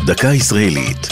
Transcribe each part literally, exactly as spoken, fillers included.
דקה ישראלית.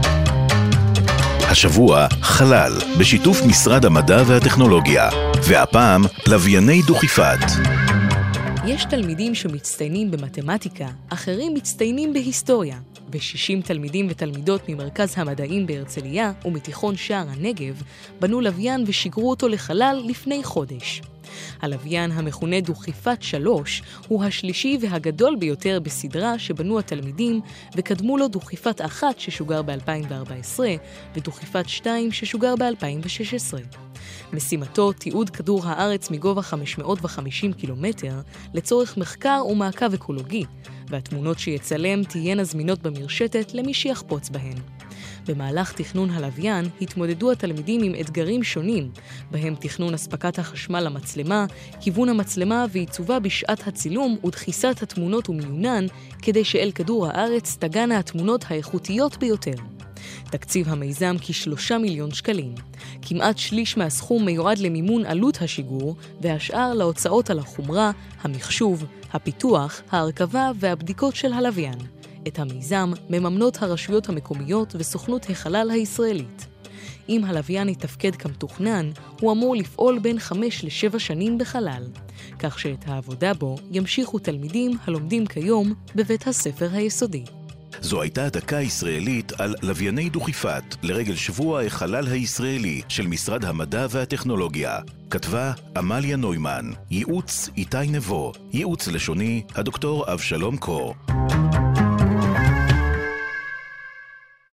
השבוע חלל, בשיתוף משרד המדע והטכנולוגיה, והפעם לווייני דוכיפת. יש תלמידים שמצטיינים במתמטיקה, אחרים מצטיינים בהיסטוריה. ו-שישים תלמידים ותלמידות ממרכז המדעים בהרצליה ומתיכון שער הנגב בנו לוויין ושיגרו אותו לחלל לפני חודש. הלוויין המכונה דוכיפת שלוש הוא השלישי והגדול ביותר בסדרה שבנו התלמידים, וקדמו לו דוכיפת אחת ששוגר ב-אלפיים וארבע עשרה ודוכיפת שתיים ששוגר ב-אלפיים ושש עשרה. משימתו תיעוד כדור הארץ מגובה חמש מאות וחמישים קילומטר לצורך מחקר ומעקב אקולוגי, והתמונות שיצלם תהיינה זמינות במרשתת למי שיחפוץ בהן. במהלך תכנון הלוויין התמודדו התלמידים עם אתגרים שונים, בהם תכנון הספקת החשמל למצלמה, כיוון המצלמה ועיצובה בשעת הצילום ודחיסת התמונות ומיונן, כדי שאל כדור הארץ תגענה התמונות האיכותיות ביותר. תקציב המיזם כשלושה מיליון שקלים. כמעט שליש מהסכום מיועד למימון עלות השיגור, והשאר להוצאות על החומרה, המחשוב, הפיתוח, ההרכבה והבדיקות של הלוויין. את המיזם מממנות הרשויות המקומיות וסוכנות החלל הישראלית. אם הלוויין יתפקד כמתוכנן, הוא אמור לפעול בין חמש לשבע שנים בחלל, כך שאת העבודה בו ימשיכו תלמידים הלומדים כיום בבית הספר היסודי. זו הייתה דקה ישראלית על לווייני דוכיפת לרגל שבוע החלל הישראלי של משרד המדע והטכנולוגיה. כתבה עמליה נוימן, ייעוץ איתי נבו, ייעוץ לשוני הדוקטור אבשלום קור.